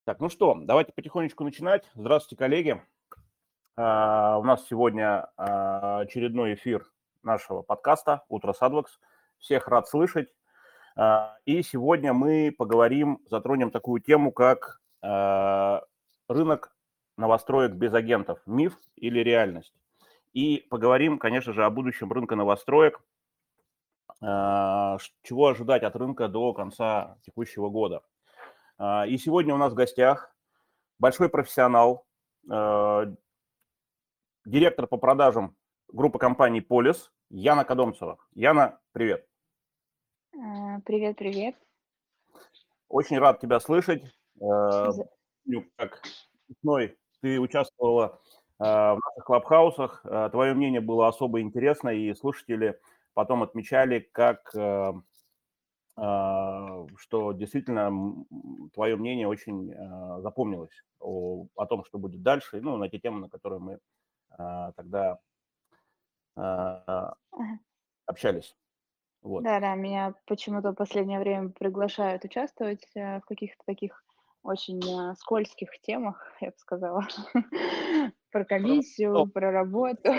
Так, ну что, давайте потихонечку начинать. Здравствуйте, коллеги. У нас сегодня очередной эфир нашего подкаста «Утро с Advox». Всех рад слышать. И сегодня мы затронем такую тему, как рынок новостроек без агентов. Миф или реальность? И поговорим, конечно же, о будущем рынка новостроек, чего ожидать от рынка до конца текущего года. И сегодня у нас в гостях большой профессионал, директор по продажам группы компаний «Полис» Яна Кодомцева. Яна, привет. Привет, привет. Очень рад тебя слышать. За- Как весной ты участвовала в наших клабхаусах. Твое мнение было особо интересно, и слушатели потом отмечали, что действительно твое мнение очень запомнилось о том, что будет дальше, ну, на те темы, на которые мы тогда Ага. общались. Вот. Да, меня почему-то в последнее время приглашают участвовать в каких-то таких очень скользких темах, я бы сказала, про комиссию, про работу.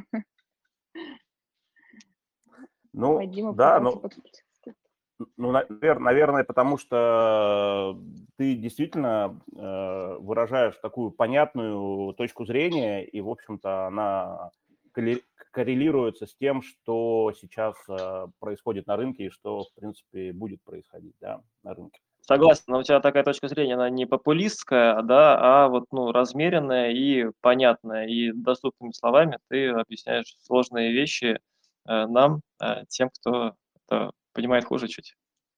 Ну, Ой, Дима да, пытался ну, подключиться. наверное, потому что ты действительно выражаешь такую понятную точку зрения, и, в общем-то, она коррелируется с тем, что сейчас происходит на рынке и что, в принципе, будет происходить, да, на рынке. Согласен, но у тебя такая точка зрения, она не популистская, да, а вот, размеренная и понятная. И доступными словами ты объясняешь сложные вещи нам, тем, кто это понимает хуже чуть.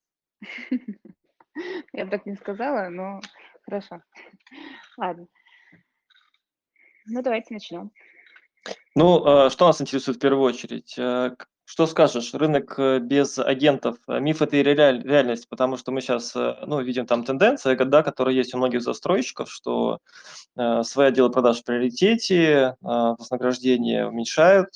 Я бы так не сказала, но хорошо. Ладно. Ну, давайте начнем. Что нас интересует в первую очередь? Что скажешь, рынок без агентов, миф это и реальность, потому что мы сейчас, видим там тенденции, да, которые есть у многих застройщиков, что свои отделы продаж в приоритете, вознаграждение уменьшают,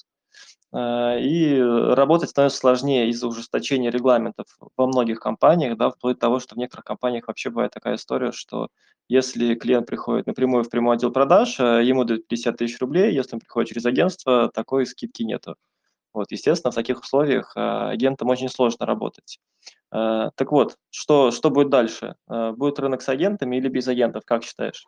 и работать становится сложнее из-за ужесточения регламентов во многих компаниях, да, вплоть до того, что в некоторых компаниях вообще бывает такая история, что если клиент приходит напрямую в прямой отдел продаж, ему дают 50 тысяч рублей, если он приходит через агентство, такой скидки нету. Вот, естественно, в таких условиях агентам очень сложно работать. Так вот, что будет дальше? Будет рынок с агентами или без агентов, как считаешь?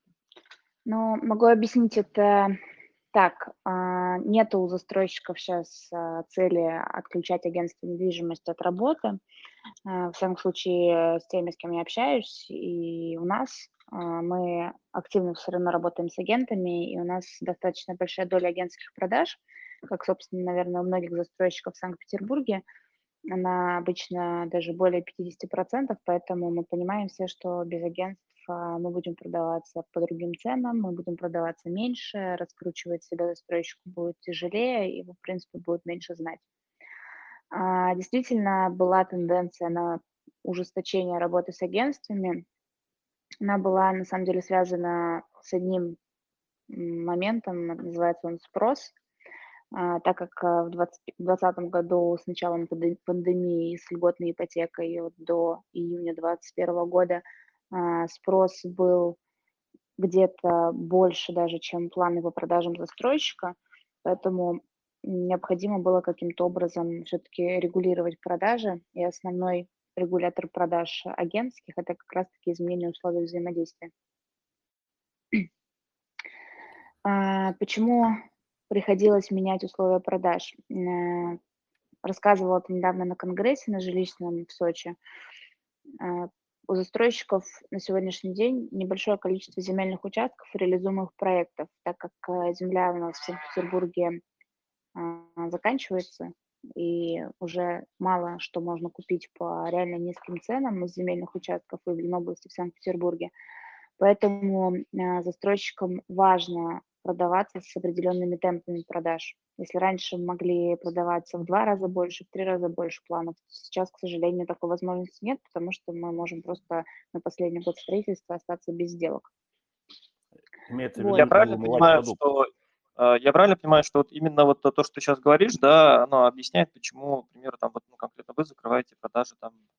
Ну, могу объяснить это так. Нету у застройщиков сейчас цели отключать агентство недвижимости от работы. В всяком случае, с теми, с кем я общаюсь, и у нас мы активно все равно работаем с агентами, и у нас достаточно большая доля агентских продаж, как, собственно, наверное, у многих застройщиков в Санкт-Петербурге. Она обычно даже более 50%, поэтому мы понимаем все, что без агентств мы будем продаваться по другим ценам, мы будем продаваться меньше, раскручивать себя застройщику будет тяжелее, и, в принципе, будет меньше знать. Действительно, была тенденция на ужесточение работы с агентствами. Она была, на самом деле, связана с одним моментом, называется он спрос. Так как в 2020 году с началом пандемии с льготной ипотекой вот до июня 2021 года спрос был где-то больше даже, чем планы по продажам застройщика, поэтому необходимо было каким-то образом все-таки регулировать продажи, и основной регулятор продаж агентских – это как раз-таки изменение условий взаимодействия. Почему приходилось менять условия продаж? Рассказывала это недавно на конгрессе на жилищном в Сочи. У застройщиков на сегодняшний день небольшое количество земельных участков и реализуемых проектов, так как земля у нас в Санкт-Петербурге заканчивается, и уже мало что можно купить по реально низким ценам из земельных участков и в Ленобласти в Санкт-Петербурге. Поэтому застройщикам важно продаваться с определенными темпами продаж. Если раньше могли продаваться в 2 раза больше, в 3 раза больше планов, сейчас, к сожалению, такой возможности нет, потому что мы можем просто на последний год строительства остаться без сделок. Имеется в Вот. виду, Я правильно умывать понимаю, продукт. что вот именно вот то, что ты сейчас говоришь, да, оно объясняет, почему, к примеру, там вот, конкретно вы закрываете продажи там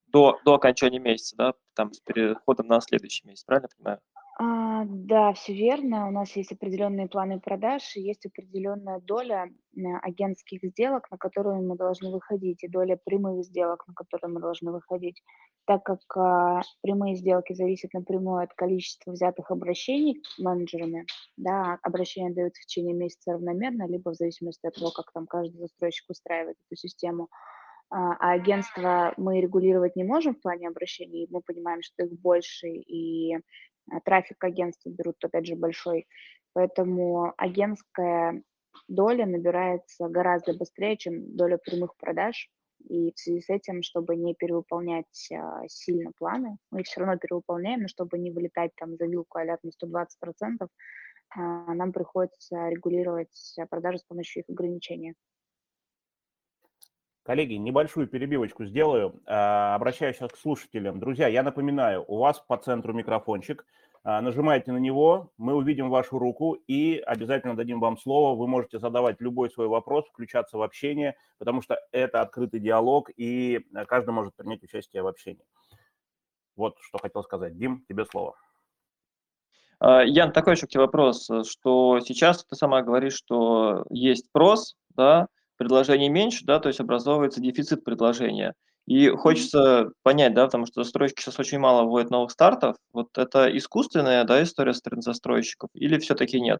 до окончания месяца, да, там с переходом на следующий месяц, правильно я понимаю? Да, все верно. У нас есть определенные планы продаж, и есть определенная доля агентских сделок, на которую мы должны выходить, и доля прямых сделок, на которые мы должны выходить. Так как прямые сделки зависят напрямую от количества взятых обращений менеджерами, да, обращения даются в течение месяца равномерно, либо в зависимости от того, как там каждый застройщик устраивает эту систему. А агентство мы регулировать не можем в плане обращений, мы понимаем, что их больше, и трафик агентства берут, опять же, большой. Поэтому агентская доля набирается гораздо быстрее, чем доля прямых продаж. И в связи с этим, чтобы не перевыполнять сильно планы, мы их все равно перевыполняем, но чтобы не вылетать там за вилку а-ля на 120%, нам приходится регулировать продажи с помощью их ограничения. Коллеги, небольшую перебивочку сделаю. Обращаюсь сейчас к слушателям. Друзья, я напоминаю, у вас по центру микрофончик. Нажимайте на него, мы увидим вашу руку и обязательно дадим вам слово. Вы можете задавать любой свой вопрос, включаться в общение, потому что это открытый диалог, и каждый может принять участие в общении. Вот что хотел сказать. Дим, тебе слово. Ян, такой еще к тебе вопрос, что сейчас ты сама говоришь, что есть спрос, да, предложений меньше, да, то есть образовывается дефицит предложения. И хочется понять, да, потому что застройщики сейчас очень мало вводят новых стартов. Вот это искусственная, да, история со стороны застройщиков или все-таки нет?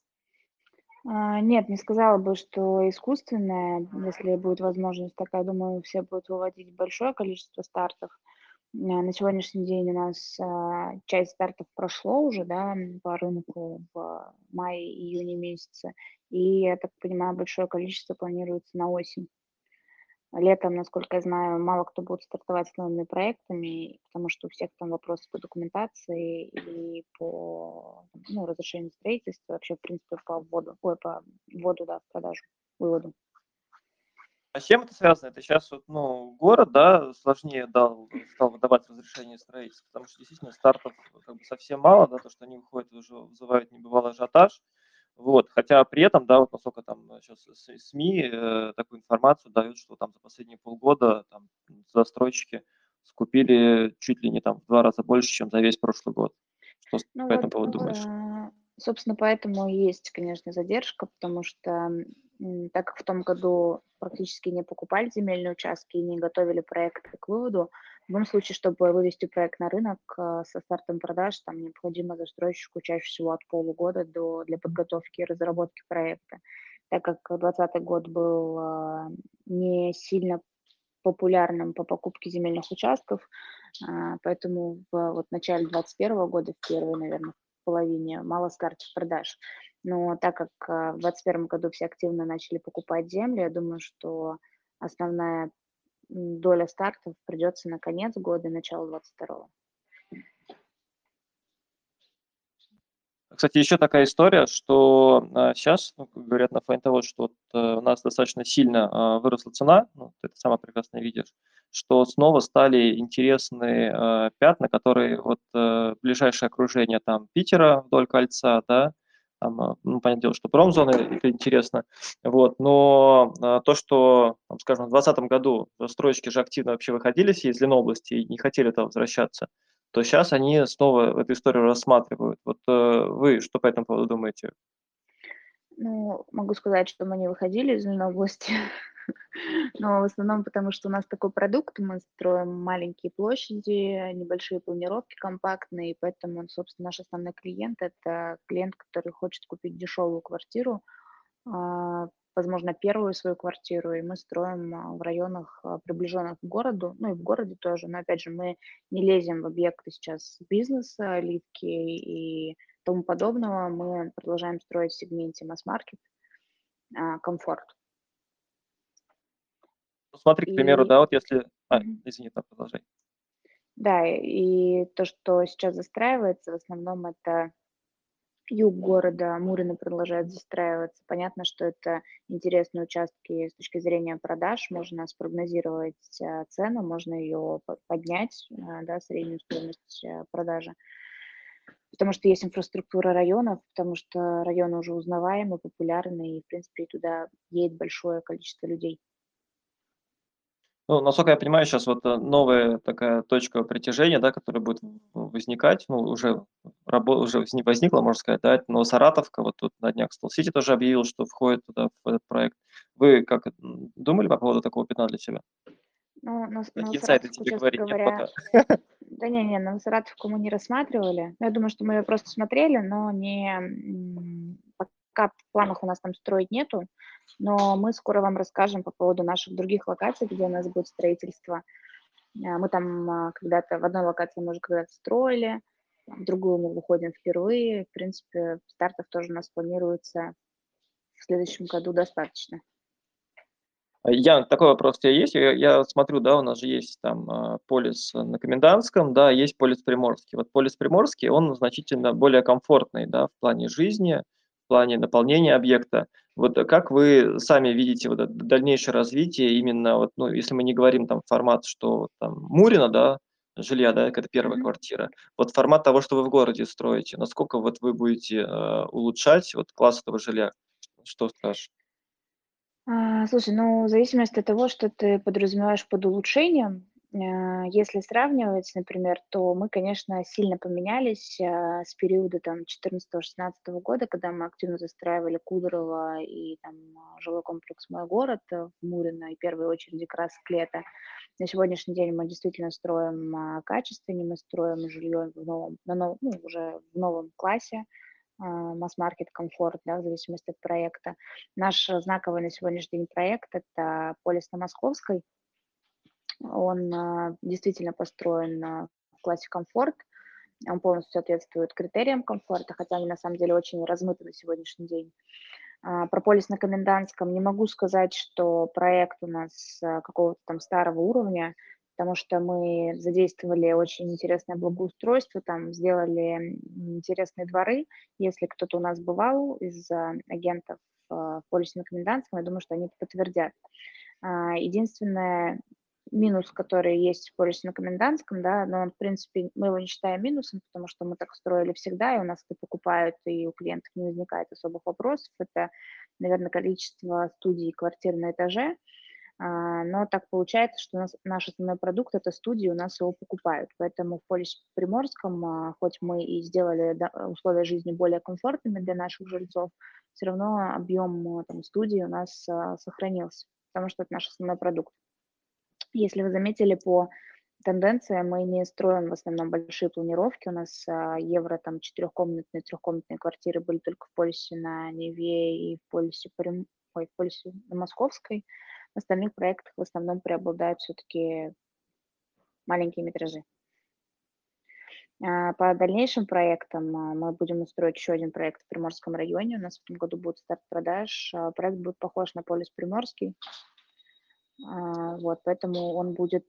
Нет, не сказала бы, что искусственная. Если будет возможность такая, думаю, все будут выводить большое количество стартов. На сегодняшний день у нас часть стартов прошло уже, да, по рынку в мае-июне месяце. И, я так понимаю, большое количество планируется на осень. Летом, насколько я знаю, мало кто будет стартовать с новыми проектами, потому что у всех там вопросы по документации и по разрешению строительства, вообще, в принципе, по вводу, да, в продажу, выводу. А с чем это связано? Это сейчас вот, ну, город, да, сложнее стал выдавать разрешение строительства, потому что действительно стартов как бы совсем мало, да, то, что они выходят, уже вызывает небывалый ажиотаж. Вот, хотя при этом, да, вот насколько там сейчас СМИ такую информацию дают, что там за последние полгода там застройщики скупили чуть ли не там в 2 раза больше, чем за весь прошлый год. Что Ну по этому вот, поводу думаешь? собственно, поэтому и есть, конечно, задержка, потому что, так как в том году практически не покупали земельные участки и не готовили проекты к выводу, в любом случае, чтобы вывести проект на рынок, со стартом продаж, там необходимо застройщику чаще всего от полугода для подготовки и разработки проекта. Так как 2020 год был, не сильно популярным по покупке земельных участков, поэтому в начале 2021 года, в первой, наверное, половине, мало стартов продаж. Но так как в 2021 году все активно начали покупать землю, я думаю, что основная доля стартов придется на конец года и начало 2022. Кстати, еще такая история, что сейчас, ну, как говорят, на фоне того, что вот, у нас достаточно сильно выросла цена, ну, ты это сама прекрасно видишь, что снова стали интересны пятна, которые вот ближайшее окружение там Питера вдоль кольца, да, там, ну, понятное дело, что промзона, это интересно, вот, но то, что, там, скажем, в 2020 году застройщики же активно вообще выходили из Ленобласти и не хотели туда возвращаться, то сейчас они снова эту историю рассматривают. Вот вы что по этому поводу думаете? Ну, могу сказать, что мы не выходили из Ленобласти, но в основном потому, что у нас такой продукт, мы строим маленькие площади, небольшие планировки компактные, и поэтому, собственно, наш основной клиент – это клиент, который хочет купить дешевую квартиру, возможно, первую свою квартиру, и мы строим в районах, приближенных к городу, ну и в городе тоже, но, опять же, мы не лезем в объекты сейчас бизнеса, лифки и тому подобного, мы продолжаем строить в сегменте масс-маркет, комфорт. Ну, смотри, к примеру, И да, вот если... мгм. Извини, там продолжай. Да, и то, что сейчас застраивается, в основном это юг города, Мурино продолжает застраиваться. Понятно, что это интересные участки с точки зрения продаж. Можно спрогнозировать цену, можно ее поднять, да, среднюю стоимость продажи. Потому что есть инфраструктура районов, потому что районы уже узнаваемы, популярны, и, в принципе, туда едет большое количество людей. Ну, насколько я понимаю, сейчас вот новая такая точка притяжения, да, которая будет возникать, ну, уже, уже возникла, можно сказать, да, это Новосаратовка, вот тут на днях Стол Сити тоже объявил, что входит туда, в этот проект. Вы как думали по поводу такого пятна для себя? Ну, Такие инсайты Новосаратовку, тебе честно говорить нет говоря, пока. да не, Новосаратовку мы не рассматривали. Я думаю, что мы ее просто смотрели, но не пока в планах у нас там строить нету. Но мы скоро вам расскажем по поводу наших других локаций, где у нас будет строительство. Мы там когда-то в одной локации мы уже когда-то строили, в другую мы выходим впервые. В принципе, стартов тоже у нас планируется в следующем году достаточно. Ян, такой вопрос у тебя есть? Я смотрю, да, у нас же есть там полис на Комендантском, да, есть полис Приморский. Вот полис Приморский, он значительно более комфортный, да, в плане жизни, в плане наполнения объекта. Вот как вы сами видите вот это дальнейшее развитие именно, вот, ну, если мы не говорим там формат, что вот там Мурино, да, жилья, да, это первая квартира. Вот формат того, что вы в городе строите, насколько вот вы будете улучшать вот класс этого жилья? Что скажешь? Слушай, ну, в зависимости от того, что ты подразумеваешь под улучшением, если сравнивать, например, то мы, конечно, сильно поменялись с периода там 14-16 года, когда мы активно застраивали Кудрово и там жилой комплекс «Мой город» в Мурино и в первой очереди «Красок лета». На сегодняшний день мы действительно строим качественнее, мы строим жилье в новом, ну, уже в новом классе, масс-маркет, комфорт, да, в зависимости от проекта. Наш знаковый на сегодняшний день проект – это полис на Московской. Он действительно построен в классе комфорт. Он полностью соответствует критериям комфорта, хотя они на самом деле очень размыты на сегодняшний день. Про полис на Комендантском не могу сказать, что проект у нас какого-то там старого уровня, потому что мы задействовали очень интересное благоустройство, там сделали интересные дворы. Если кто-то у нас бывал из агентов в полисе на Комендантском, я думаю, что они это подтвердят. Единственное, минус, который есть в полисе на Комендантском, да, но он, в принципе, мы его не считаем минусом, потому что мы так строили всегда, и у нас это покупают, и у клиентов не возникает особых вопросов. Это, наверное, количество студий и квартир на этаже. Но так получается, что у нас наш основной продукт – это студии, у нас его покупают. Поэтому в полисе Приморском, хоть мы и сделали условия жизни более комфортными для наших жильцов, все равно объем там, студии у нас сохранился, потому что это наш основной продукт. Если вы заметили по тенденциям, мы не строим в основном большие планировки. У нас евро там четырехкомнатные, трехкомнатные квартиры были только в полисе на Неве и в полисе, в полисе на Московской. В остальных проектах в основном преобладают все-таки маленькие метражи. По дальнейшим проектам мы будем строить еще один проект в Приморском районе. У нас в этом году будет старт продаж. Проект будет похож на полис Приморский. Вот, поэтому он будет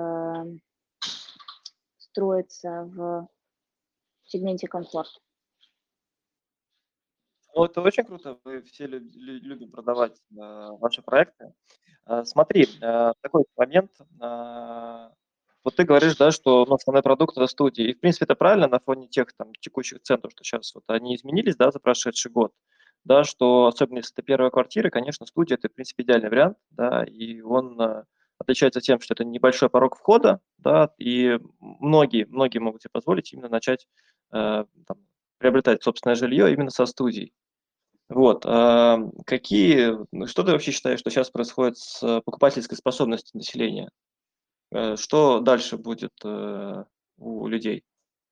строиться в сегменте комфорт. Ну, это очень круто. Вы все любим продавать ваши проекты. Смотри, такой момент. Вот ты говоришь, да, что основной продукт – это студии. И, в принципе, это правильно на фоне тех там текущих цен, то, что сейчас вот они изменились, да, за прошедший год. Да, что особенно если это первая квартира, конечно, студия – это, в принципе, идеальный вариант, да, и он отличается тем, что это небольшой порог входа, да, и многие могут себе позволить именно начать там, приобретать собственное жилье именно со студией. Вот, что ты вообще считаешь, что сейчас происходит с покупательской способностью населения? Что дальше будет у людей?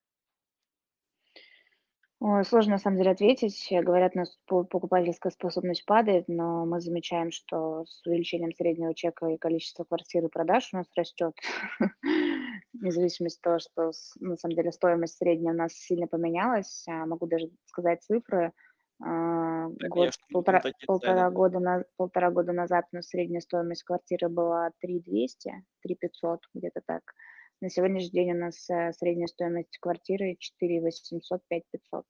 Ой, сложно на самом деле ответить. Говорят, у нас покупательская способность падает, но мы замечаем, что с увеличением среднего чека и количества квартир и продаж у нас растет. Вне зависимости от того, что на самом деле стоимость средняя у нас сильно поменялась. Могу даже сказать цифры. Да, конечно, любим такие цены. Полтора года назад у нас средняя стоимость квартиры была 3200, 3500, где-то так. На сегодняшний день у нас средняя стоимость квартиры 4800, 5500.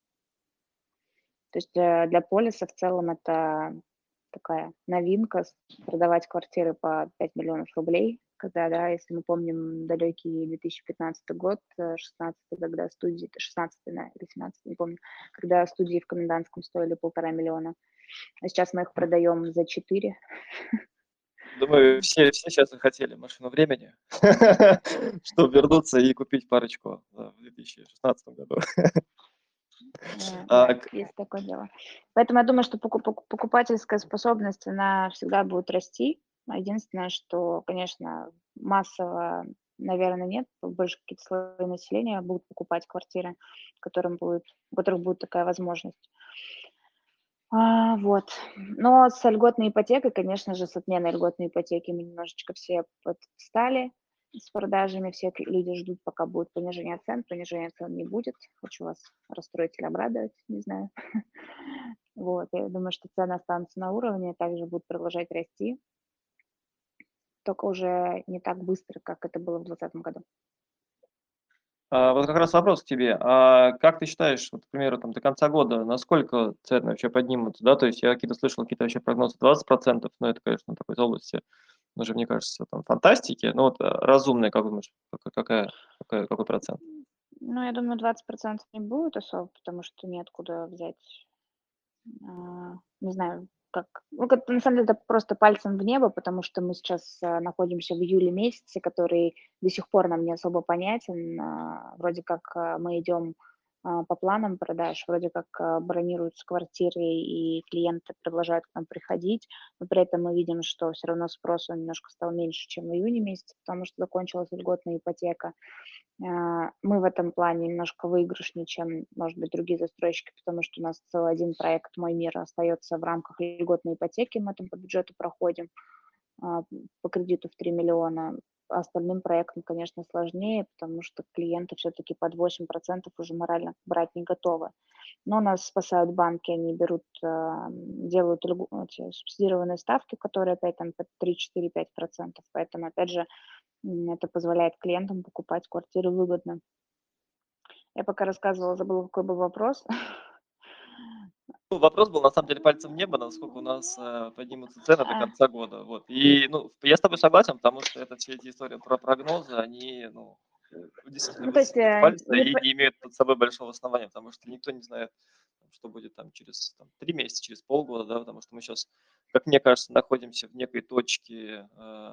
То есть для полиса в целом это такая новинка продавать квартиры по 5 миллионов рублей, когда, да, если мы помним далекий 2015 год, 16 когда студии, 16 да, или 17 не помню, когда студии в Комендантском стоили 1,5 миллиона, а сейчас мы их продаем за 4. Думаю, все сейчас захотели машину времени, чтобы вернуться и купить парочку в 2016 году. Да, есть такое дело. Поэтому я думаю, что покупательская способность, она всегда будет расти. Единственное, что, конечно, массово, наверное, нет. Больше какие-то слои населения будут покупать квартиры, у которых будет такая возможность. Вот. Но с льготной ипотекой, конечно же, с отменой льготной ипотеки мы немножечко все подстали с продажами. Все люди ждут, пока будет понижение цен. Понижения цен не будет. Хочу вас расстроить или обрадовать, не знаю. Вот. Я думаю, что цены останутся на уровне, также будут продолжать расти, только уже не так быстро, как это было в 2020 году. Вот как раз вопрос к тебе. А как ты считаешь, вот, к примеру, там, до конца года, насколько цены вообще поднимутся? Да? То есть я какие-то слышал, какие-то вообще прогнозы 20%, но это, конечно, такой из области, уже, мне кажется, там, фантастики. Но вот разумные, как думаешь, какой процент? Ну, я думаю, 20% не будет особо, потому что неоткуда взять. Не знаю, как. Ну, как на самом деле, это просто пальцем в небо, потому что мы сейчас находимся в июле месяце, который до сих пор нам не особо понятен. Вроде как мы идем по планам продаж, вроде как бронируются квартиры, и клиенты продолжают к нам приходить, но при этом мы видим, что все равно спрос он немножко стал меньше, чем в июне месяце, потому что закончилась льготная ипотека. Мы в этом плане немножко выигрышнее, чем, может быть, другие застройщики, потому что у нас целый один проект «Мой мир» остается в рамках льготной ипотеки, мы там по бюджету проходим, по кредиту в 3 миллиона. Остальным проектам, конечно, сложнее, потому что клиенты все-таки под 8% уже морально брать не готовы. Но нас спасают банки, они берут, делают эти субсидированные ставки, которые опять там под 3, 4, 5%. Поэтому, опять же, это позволяет клиентам покупать квартиры выгодно. Я пока рассказывала, забыла, какой был вопрос. Ну, вопрос был, на самом деле, пальцем в небо, насколько у нас поднимутся цены до конца года. Вот. И я с тобой согласен, потому что это все эти истории про прогнозы, они действительно Ну, то есть высасывают пальцы и не имеют под собой большого основания, потому что никто не знает, что будет там через 3 месяца, через полгода, да, потому что мы сейчас, как мне кажется, находимся в некой точке,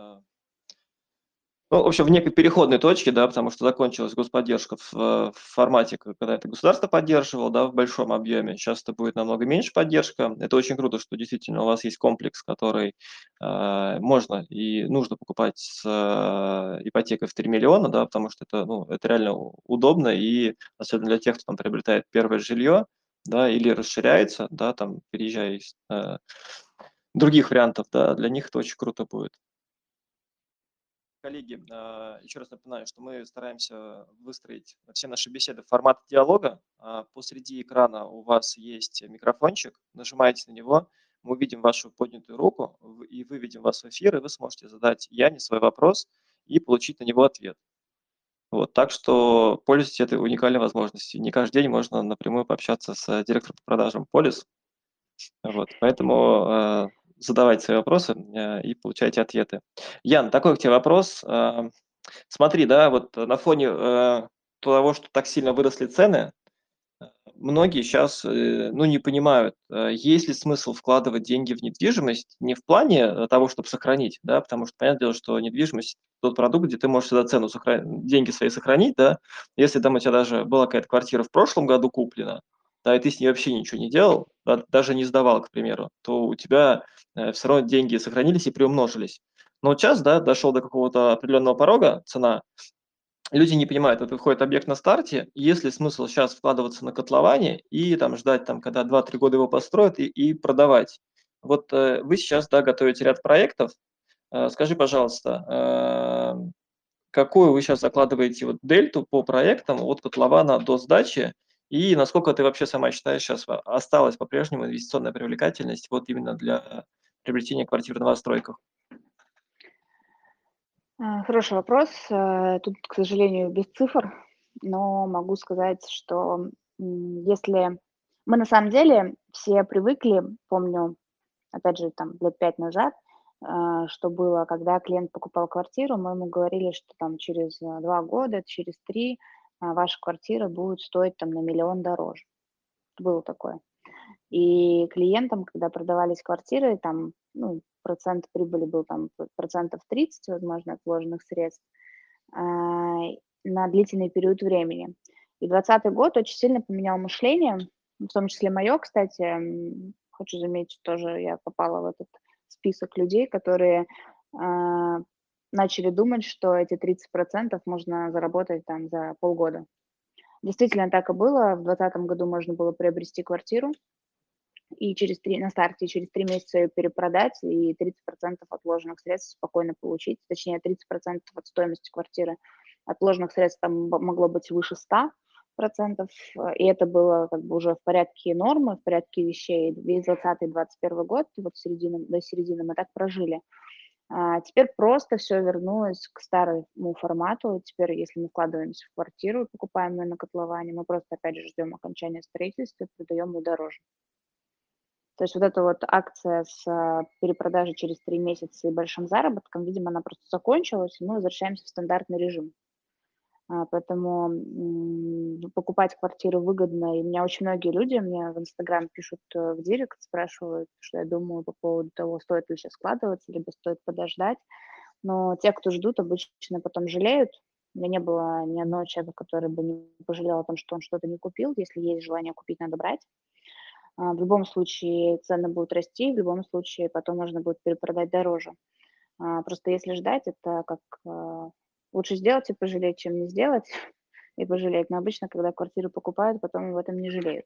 в общем, в некой переходной точке, да, потому что закончилась господдержка в формате, когда это государство поддерживало, да, в большом объеме. Сейчас это будет намного меньше поддержка. Это очень круто, что действительно у вас есть комплекс, который можно и нужно покупать с ипотекой в 3 миллиона, да, потому что это реально удобно, и особенно для тех, кто там приобретает первое жилье, да, или расширяется, да, там, переезжая из других вариантов, да, для них это очень круто будет. Коллеги, еще раз напоминаю, что мы стараемся выстроить все наши беседы в формат диалога. Посреди экрана у вас есть микрофончик, нажимаете на него, мы увидим вашу поднятую руку и выведем вас в эфир, и вы сможете задать Яне свой вопрос и получить на него ответ. Вот, так что пользуйтесь этой уникальной возможностью. Не каждый день можно напрямую пообщаться с директором по продажам Полис. Вот, поэтому задавайте свои вопросы и получайте ответы. Ян, такой к тебе вопрос. Смотри, да, вот на фоне того, что так сильно выросли цены, многие сейчас не понимают, есть ли смысл вкладывать деньги в недвижимость не в плане того, чтобы сохранить, да, потому что понятное дело, что недвижимость тот продукт, где ты можешь всегда деньги свои сохранить, да, если там у тебя даже была какая-то квартира в прошлом году куплена, да, и ты с ней вообще ничего не делал, да, даже не сдавал, к примеру, то у тебя все равно деньги сохранились и приумножились. Но вот сейчас, да, дошел до какого-то определенного порога цена, люди не понимают, вот выходит объект на старте, есть ли смысл сейчас вкладываться на котловане и там ждать, там, когда 2-3 года его построят и продавать. Вот вы сейчас, да, готовите ряд проектов. Скажи, пожалуйста, какую вы сейчас закладываете вот дельту по проектам от котлована до сдачи, и насколько ты вообще сама считаешь, сейчас осталась по-прежнему инвестиционная привлекательность вот именно для приобретения квартир в новостройках? Хороший вопрос. Тут, к сожалению, без цифр, но могу сказать, что если мы на самом деле все привыкли, помню, опять же, там лет 5 назад, что было, когда клиент покупал квартиру, мы ему говорили, что там через 2 года, через 3 ваша квартира будет стоить там на 1 000 000 дороже. Было такое. И клиентам, когда продавались квартиры, там, процент прибыли был там 30%, возможно, от вложенных средств на длительный период времени. И 2020 год очень сильно поменял мышление, в том числе мое, кстати. Хочу заметить, тоже я попала в этот список людей, которые начали думать, что эти 30% можно заработать там за полгода. Действительно, так и было. В 2020 году можно было приобрести квартиру и на старте через 3 месяца ее перепродать и 30% от вложенных средств спокойно получить. Точнее, 30% от стоимости квартиры от вложенных средств там могло быть выше 100%, и это было как бы уже в порядке нормы, в порядке вещей. Весь 2020-2021 год, вот до середины мы так прожили. Теперь просто все вернулось к старому формату. Теперь, если мы вкладываемся в квартиру, покупаем ее на котловане, мы просто, опять же, ждем окончания строительства и продаем ее дороже. То есть вот эта вот акция с перепродажей через 3 месяца и большим заработком, видимо, она просто закончилась, и мы возвращаемся в стандартный режим. Поэтому покупать квартиру выгодно. И меня очень многие люди мне в Инстаграм пишут в директ, спрашивают, что я думаю по поводу того, стоит ли сейчас складываться, либо стоит подождать. Но те, кто ждут, обычно потом жалеют. У меня не было ни одного человека, который бы не пожалел о том, что он что-то не купил. Если есть желание купить, надо брать. В любом случае цены будут расти, в любом случае потом можно будет перепродать дороже. Просто если ждать, это как лучше сделать и пожалеть, чем не сделать и пожалеть. Но обычно, когда квартиру покупают, потом об этом не жалеют.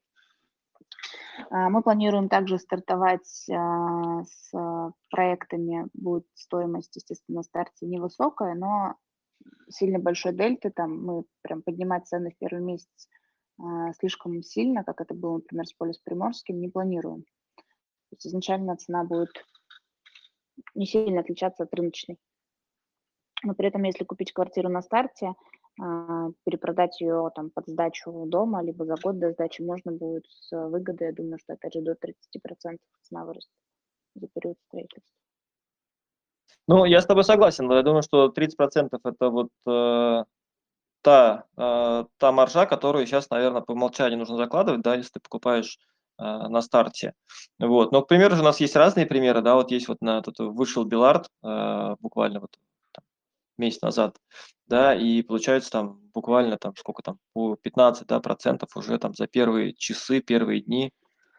Мы планируем также стартовать с проектами. Будет стоимость, естественно, на старте невысокая, но сильно большой дельты. Там мы прям поднимать цены в первый месяц слишком сильно, как это было, например, с Полис Приморским, не планируем. То есть изначально цена будет не сильно отличаться от рыночной. Но при этом, если купить квартиру на старте, перепродать ее там под сдачу дома, либо за год до сдачи можно будет с выгодой, я думаю, что опять же до 30% цена вырастет за период строительства. Ну, я с тобой согласен. Я думаю, что 30% это вот та маржа, которую сейчас, наверное, по умолчанию нужно закладывать, да, если ты покупаешь на старте. Вот. Но, к примеру, же у нас есть разные примеры, да, вот есть вот вышел Биллард буквально вот там, месяц назад, да, и получается там буквально там сколько там, по 15, да, процентов уже там за первые часы, первые дни,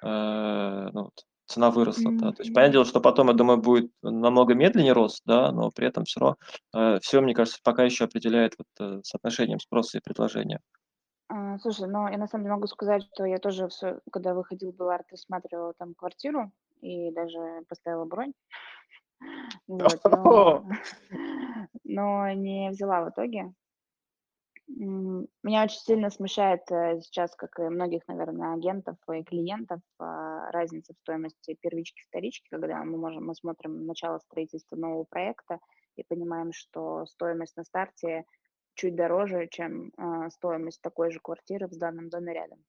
цена выросла, да, то есть понятное дело, что потом, я думаю, будет намного медленнее рост, да, но при этом все равно, все, мне кажется, пока еще определяет вот соотношением спроса и предложения. Слушай, ну я на самом деле могу сказать, что я тоже, когда выходил Биллард, рассматривала там квартиру и даже поставила бронь. Вот, но не взяла в итоге. Меня очень сильно смущает сейчас, как и многих, наверное, агентов и клиентов, разница в стоимости первички, вторички, когда мы смотрим начало строительства нового проекта и понимаем, что стоимость на старте чуть дороже, чем стоимость такой же квартиры в данном доме рядом.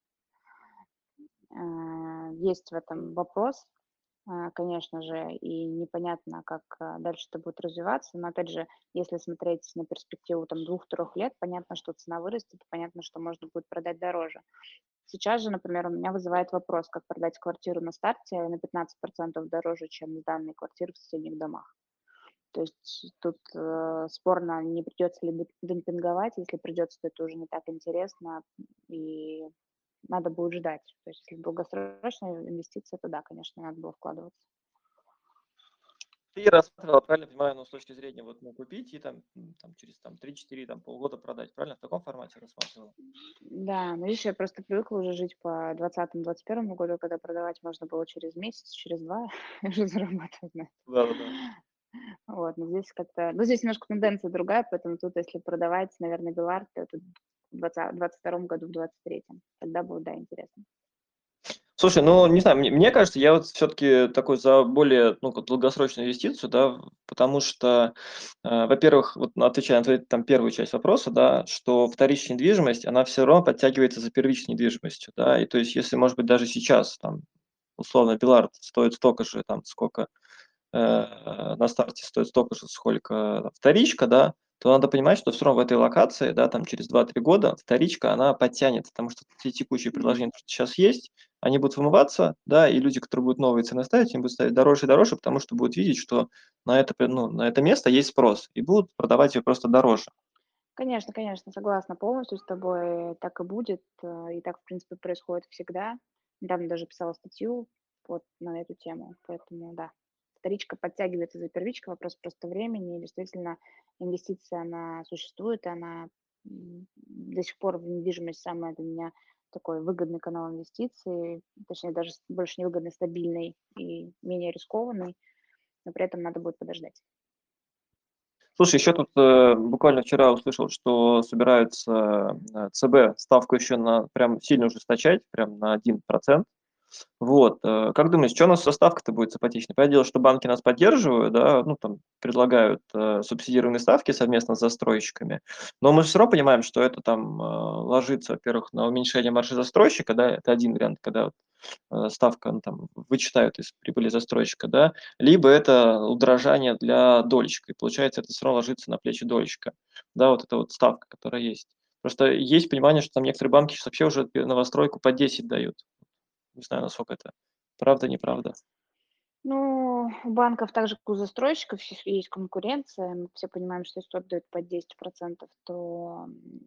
Есть в этом вопрос, конечно же, и непонятно, как дальше это будет развиваться. Но, опять же, если смотреть на перспективу там 2-3 лет, понятно, что цена вырастет, понятно, что можно будет продать дороже. Сейчас же, например, у меня вызывает вопрос, как продать квартиру на старте на 15% дороже, чем данные квартиры в соседних домах. То есть тут спорно, не придется ли демпинговать. Если придется, то это уже не так интересно, и надо будет ждать. То есть если долгосрочная инвестиция, то да, конечно, надо было вкладываться. Ты рассматривала, правильно понимаю, ну, с точки зрения вот купить и там через 3-4 полгода продать, правильно? В таком формате рассматривала? Да, но видишь, я просто привыкла уже жить по 2020-2021 году, когда продавать можно было через месяц, через 2 уже зарабатывать на этом. Да. Вот, но здесь как-то, здесь немножко тенденция другая, поэтому тут, если продавать, наверное, Биллард, то это в 2022 году, в 2023. Тогда будет, да, интересно. Слушай, ну, не знаю, мне кажется, я вот все-таки такой за более долгосрочную инвестицию, да, потому что, во-первых, вот отвечая на твою там первую часть вопроса, да, что вторичная недвижимость, она все равно подтягивается за первичной недвижимостью, да, и то есть если, может быть, даже сейчас там условно Биллард стоит столько же, там, сколько на старте стоит столько же, сколько вторичка, да, то надо понимать, что все равно в этой локации, да, там через 2-3 года вторичка, она подтянется, потому что те текущие предложения, что сейчас есть, они будут вымываться, да, и люди, которые будут новые цены ставить, они будут ставить дороже и дороже, потому что будут видеть, что на это место есть спрос, и будут продавать ее просто дороже. Конечно, конечно, согласна полностью с тобой. Так и будет, и так, в принципе, происходит всегда. Недавно даже писала статью вот на эту тему, поэтому да. Вторичка подтягивается за первичкой, вопрос просто времени. И действительно, инвестиция, она существует, и она до сих пор в недвижимость самая для меня такой выгодный канал инвестиций, точнее, даже больше не выгодный, стабильный и менее рискованный, но при этом надо будет подождать. Слушай, еще тут буквально вчера услышал, что собираются ЦБ ставку еще прям сильно ужесточать, прям на 1%. Вот, как думаешь, что у нас со ставкой-то будет с ипотечной? Понятное дело, что банки нас поддерживают, да, ну, там, предлагают субсидированные ставки совместно с застройщиками, но мы же все равно понимаем, что это там ложится, во-первых, на уменьшение маржи застройщика, да, это один вариант, когда вот, ставка, ну, там, вычитают из прибыли застройщика, да, либо это удорожание для дольщика, и получается, это все равно ложится на плечи дольщика, да, вот эта вот ставка, которая есть. Просто есть понимание, что там некоторые банки сейчас вообще уже новостройку по 10 дают. Не знаю, насколько это правда, неправда. Ну, у банков, так же, как у застройщиков, есть конкуренция. Мы все понимаем, что если кто-то дает под 10%, то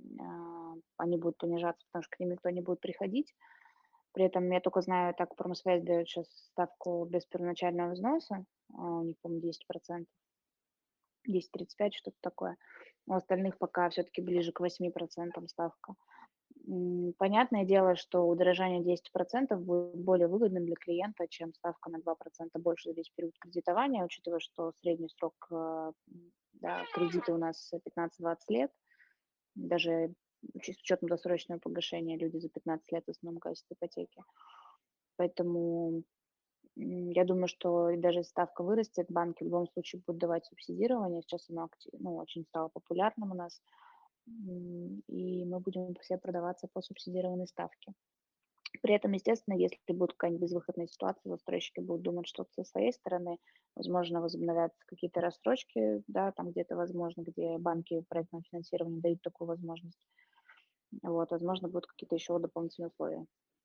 они будут понижаться, потому что к ним никто не будет приходить. При этом я только знаю, так Промсвязь дает сейчас ставку без первоначального взноса. У них, по-моему, 10%, 10,35, что-то такое. У остальных пока все-таки ближе к 8% ставка. Понятное дело, что удорожание 10% будет более выгодным для клиента, чем ставка на 2% больше за весь период кредитования, учитывая, что средний срок да, кредита у нас 15-20 лет. Даже с учетом досрочного погашения люди за 15 лет в основном гасят ипотеки. Поэтому я думаю, что даже если ставка вырастет, банки в любом случае будут давать субсидирование. Сейчас оно очень стало популярным у нас. И мы будем все продаваться по субсидированной ставке. При этом, естественно, если будет какая-нибудь безвыходная ситуация, застройщики будут думать что-то со своей стороны, возможно, возобновятся какие-то рассрочки, да, там где-то возможно, где банки проектного финансирования дают такую возможность. Вот, возможно, будут какие-то еще дополнительные условия.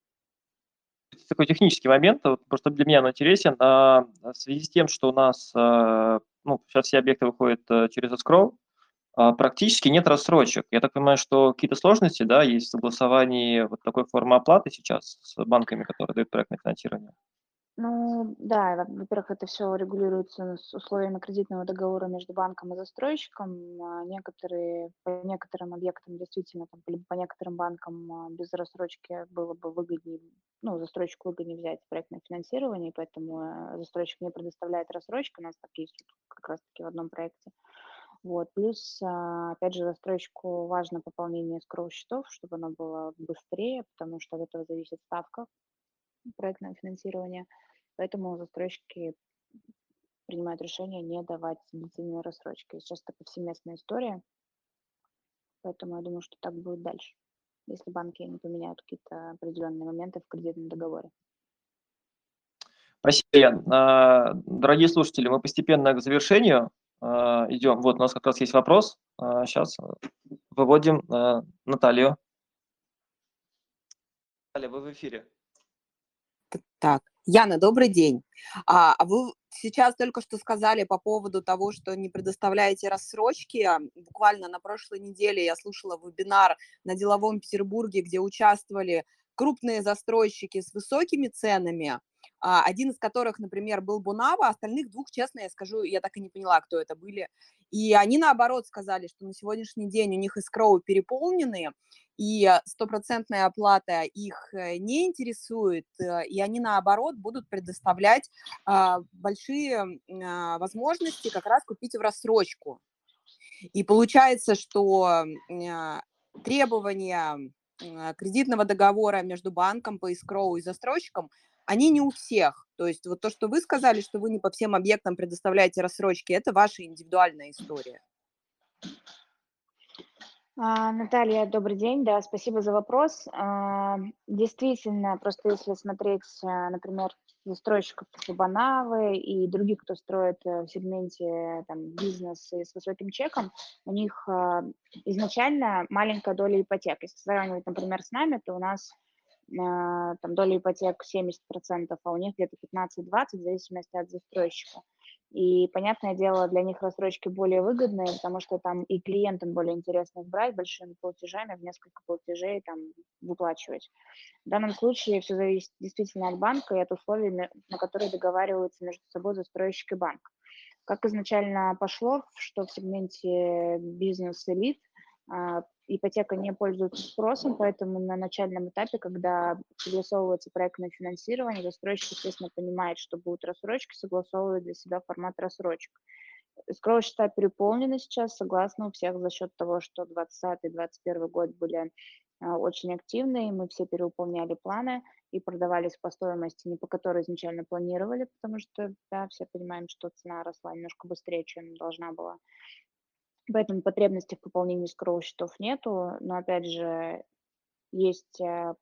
Такой технический момент, вот просто для меня он интересен. В связи с тем, что у нас, ну, сейчас все объекты выходят через escrow, практически нет рассрочек. Я так понимаю, что какие-то сложности, да, есть в согласовании вот такой формы оплаты сейчас с банками, которые дают проектное финансирование? Ну, да, во-первых, это все регулируется с условиями кредитного договора между банком и застройщиком. Некоторые, по некоторым объектам действительно, там, либо по некоторым банкам без рассрочки было бы выгоднее, ну, застройщику выгоднее взять проектное финансирование, и поэтому застройщик не предоставляет рассрочку. У нас так есть как раз-таки в одном проекте. Вот. Плюс, опять же, застройщику важно пополнение escrow-счетов, чтобы оно было быстрее, потому что от этого зависит ставка проектного финансирования. Поэтому застройщики принимают решение не давать длительные рассрочки. Сейчас это повсеместная история, поэтому я думаю, что так будет дальше, если банки не поменяют какие-то определенные моменты в кредитном договоре. Спасибо, Ян. Дорогие слушатели, мы постепенно к завершению идем. Вот у нас как раз есть вопрос. Сейчас выводим Наталью. Наталья, вы в эфире. Так, Яна, добрый день. Вы сейчас только что сказали по поводу того, что не предоставляете рассрочки. Буквально на прошлой неделе я слушала вебинар на Деловом Петербурге, где участвовали крупные застройщики с высокими ценами, один из которых, например, был Бунава, остальных двух, честно я скажу, я так и не поняла, кто это были. И они, наоборот, сказали, что на сегодняшний день у них эскроу переполнены, и стопроцентная оплата их не интересует, и они, наоборот, будут предоставлять большие возможности как раз купить в рассрочку. И получается, что требования кредитного договора между банком по эскроу и застройщиком, они не у всех. То есть вот то, что вы сказали, что вы не по всем объектам предоставляете рассрочки, это ваша индивидуальная история. Наталья, добрый день, да, спасибо за вопрос. Действительно, просто если смотреть, например, застройщиков Банавы и других, кто строит в сегменте там, бизнес с высоким чеком, у них изначально маленькая доля ипотек. Если сравнивать, например, с нами, то у нас там доля ипотек 70%, а у них где-то 15-20, в зависимости от застройщика. И, понятное дело, для них рассрочки более выгодные, потому что там и клиентам более интересно их брать большими платежами, в несколько платежей там выплачивать. В данном случае все зависит действительно от банка и от условий, на которые договариваются между собой застройщик и банк. Как изначально пошло, что в сегменте бизнес-элит ипотека не пользуется спросом, поэтому на начальном этапе, когда согласовывается проектное финансирование, застройщик, естественно, понимает, что будут рассрочки, согласовывает для себя формат рассрочек. Escrow счета переполнены сейчас, согласна, у всех за счет того, что 2020-2021 год были очень активные, мы все перевыполняли планы и продавались по стоимости, не по которой изначально планировали, потому что, да, все понимаем, что цена росла немножко быстрее, чем должна была. Поэтому потребности в пополнении escrow счетов нету, но, опять же, есть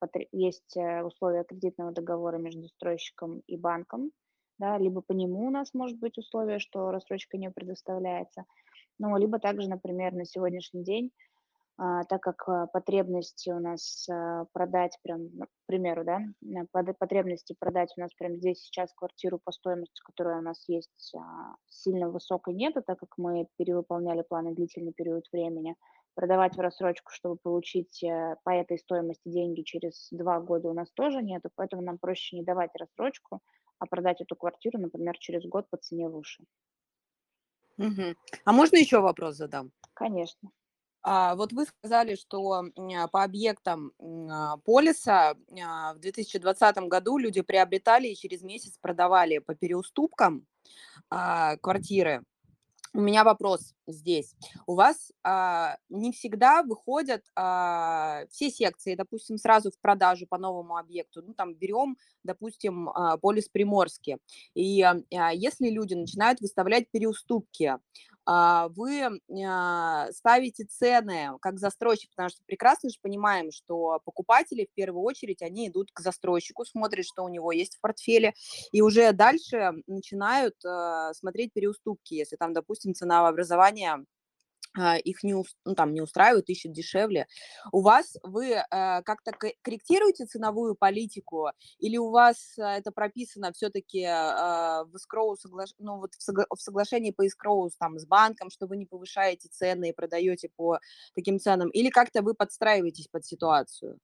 условия кредитного договора между застройщиком и банком, да, либо по нему у нас может быть условие, что рассрочка не предоставляется, ну, либо также, например, на сегодняшний день, так как потребности у нас продать прям, к примеру, да, потребности продать у нас прям здесь сейчас квартиру по стоимости, которая у нас есть, сильно высокой нету, так как мы перевыполняли планы длительный период времени. Продавать в рассрочку, чтобы получить по этой стоимости деньги через 2 года у нас тоже нету, поэтому нам проще не давать рассрочку, а продать эту квартиру, например, через год по цене выше. Мгм. А можно еще вопрос задам? Конечно. Вот вы сказали, что по объектам полиса в 2020 году люди приобретали и через месяц продавали по переуступкам квартиры. У меня вопрос здесь. У вас не всегда выходят все секции, допустим, сразу в продажу по новому объекту. Ну, там берем, допустим, полис Приморский. И если люди начинают выставлять переуступки, вы ставите цены как застройщик, потому что прекрасно же понимаем, что покупатели в первую очередь, они идут к застройщику, смотрят, что у него есть в портфеле, и уже дальше начинают смотреть переуступки, если там, допустим, ценообразование их не устраивает, ищут дешевле. У вас вы как-то корректируете ценовую политику или у вас это прописано все-таки в escrow, в соглашении по escrow там, с банком, что вы не повышаете цены и продаете по таким ценам, или как-то вы подстраиваетесь под ситуацию?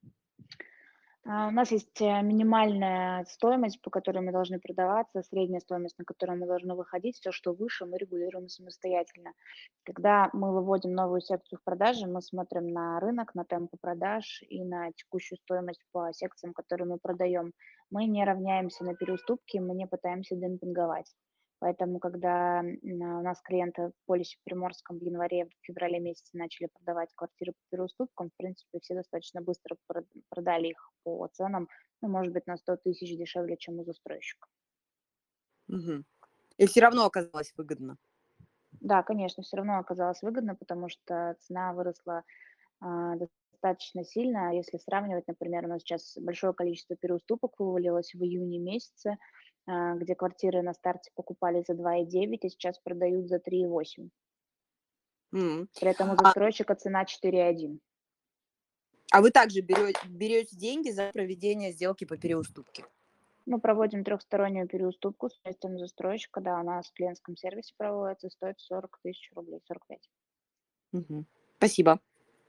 У нас есть минимальная стоимость, по которой мы должны продаваться, средняя стоимость, на которую мы должны выходить. Все, что выше, мы регулируем самостоятельно. Когда мы выводим новую секцию в продаже, мы смотрим на рынок, на темпы продаж и на текущую стоимость по секциям, которые мы продаем. Мы не равняемся на переуступки, мы не пытаемся демпинговать. Поэтому, когда у нас клиенты в полисе Приморском в январе, в феврале месяце начали продавать квартиры по переуступкам, в принципе, все достаточно быстро продали их по ценам, ну, может быть, на 100 тысяч дешевле, чем у застройщика. Угу. И все равно оказалось выгодно. Да, конечно, все равно оказалось выгодно, потому что цена выросла достаточно сильно. Если сравнивать, например, у нас сейчас большое количество переуступок вывалилось в июне месяце, где квартиры на старте покупали за 2,9, а сейчас продают за 3,8. При этом у застройщика цена 4,1. А вы также берете деньги за проведение сделки по переуступке? Мы проводим трехстороннюю переуступку с участием застройщика. Да, у нас в клиентском сервисе проводится, стоит 40 тысяч рублей, 45. Угу. Спасибо.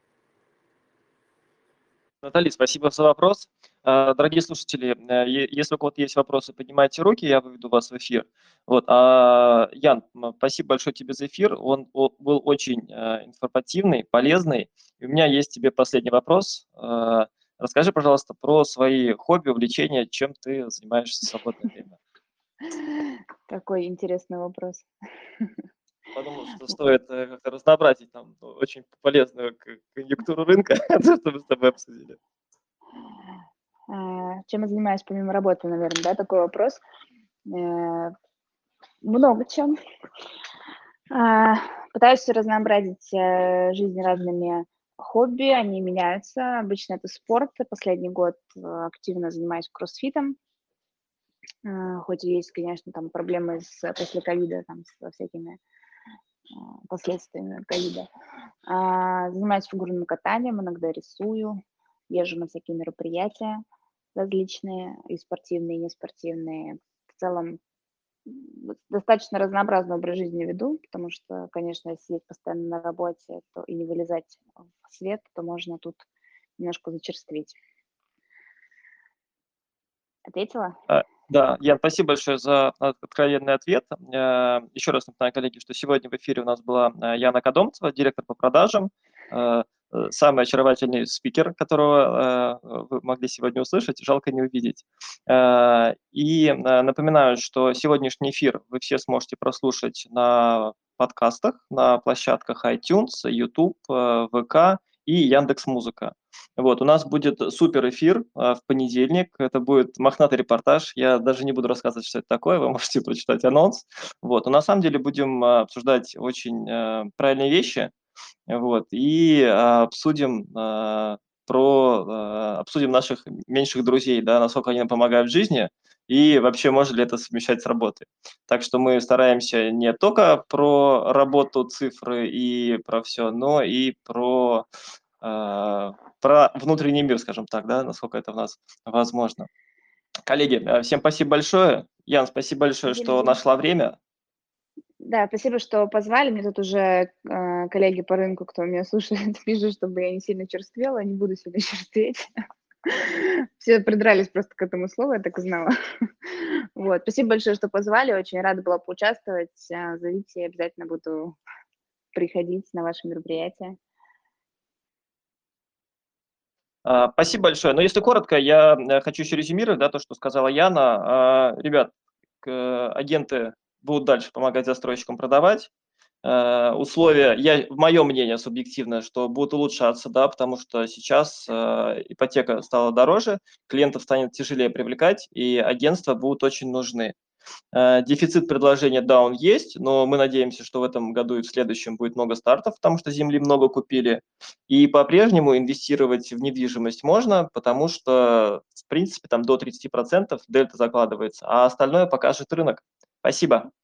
Наталья, спасибо за вопрос. Дорогие слушатели, если у кого-то есть вопросы, поднимайте руки, я выведу вас в эфир. Вот. Ян, спасибо большое тебе за эфир, он был очень информативный, полезный. И у меня есть тебе последний вопрос. Расскажи, пожалуйста, про свои хобби, увлечения, чем ты занимаешься в свободное время. Какой интересный вопрос. Подумал, что стоит как-то разнообразить там очень полезную конъюнктуру рынка, что мы с тобой обсудили. Чем я занимаюсь помимо работы, наверное, да, такой вопрос. Много чем. Пытаюсь разнообразить жизнь разными хобби, они меняются. Обычно это спорт. Последний год активно занимаюсь кроссфитом. Хоть и есть, конечно, там проблемы после ковида, там, со всякими последствиями ковида. Занимаюсь фигурным катанием, иногда рисую. езжу на всякие мероприятия различные, и спортивные, и неспортивные. В целом достаточно разнообразный образ жизни веду, потому что, конечно, если сидеть постоянно на работе и не вылезать в свет, то можно тут немножко зачерстветь. Ответила? Да, Ян, спасибо большое за откровенный ответ. Еще раз напоминаю, коллеги, что сегодня в эфире у нас была Яна Кодомцева, директор по продажам, самый очаровательный спикер, которого вы могли сегодня услышать, жалко не увидеть. И напоминаю, что сегодняшний эфир вы все сможете прослушать на подкастах, на площадках iTunes, YouTube, ВК и Яндекс.Музыка. Вот, у нас будет супер эфир в понедельник, это будет мохнатый репортаж, я даже не буду рассказывать, что это такое, вы можете прочитать анонс. Вот, но на самом деле будем обсуждать очень правильные вещи, вот, и обсудим обсудим наших меньших друзей, да, насколько они нам помогают в жизни, и вообще можно ли это совмещать с работой. Так что мы стараемся не только про работу, цифры и про все, но и про внутренний мир, скажем так, да, насколько это у нас возможно. Коллеги, всем спасибо большое. Ян, спасибо большое, что нашла время. Да, спасибо, что позвали. Мне тут уже коллеги по рынку, кто меня слушает, пишут, чтобы я не сильно черствела. Не буду сильно черстветь. Все придрались просто к этому слову, я так и знала. Вот. Спасибо большое, что позвали. Очень рада была поучаствовать. Зовите, я обязательно буду приходить на ваши мероприятия. Спасибо большое. Но если коротко, я хочу еще резюмировать, да, то, что сказала Яна. Ребят, агенты будут дальше помогать застройщикам продавать. Условия, мое мнение субъективное, что будут улучшаться, да, потому что сейчас ипотека стала дороже, клиентов станет тяжелее привлекать, и агентства будут очень нужны. Дефицит предложения, да, он есть, но мы надеемся, что в этом году и в следующем будет много стартов, потому что земли много купили. И по-прежнему инвестировать в недвижимость можно, потому что, в принципе, там до 30% дельта закладывается, а остальное покажет рынок. Спасибо.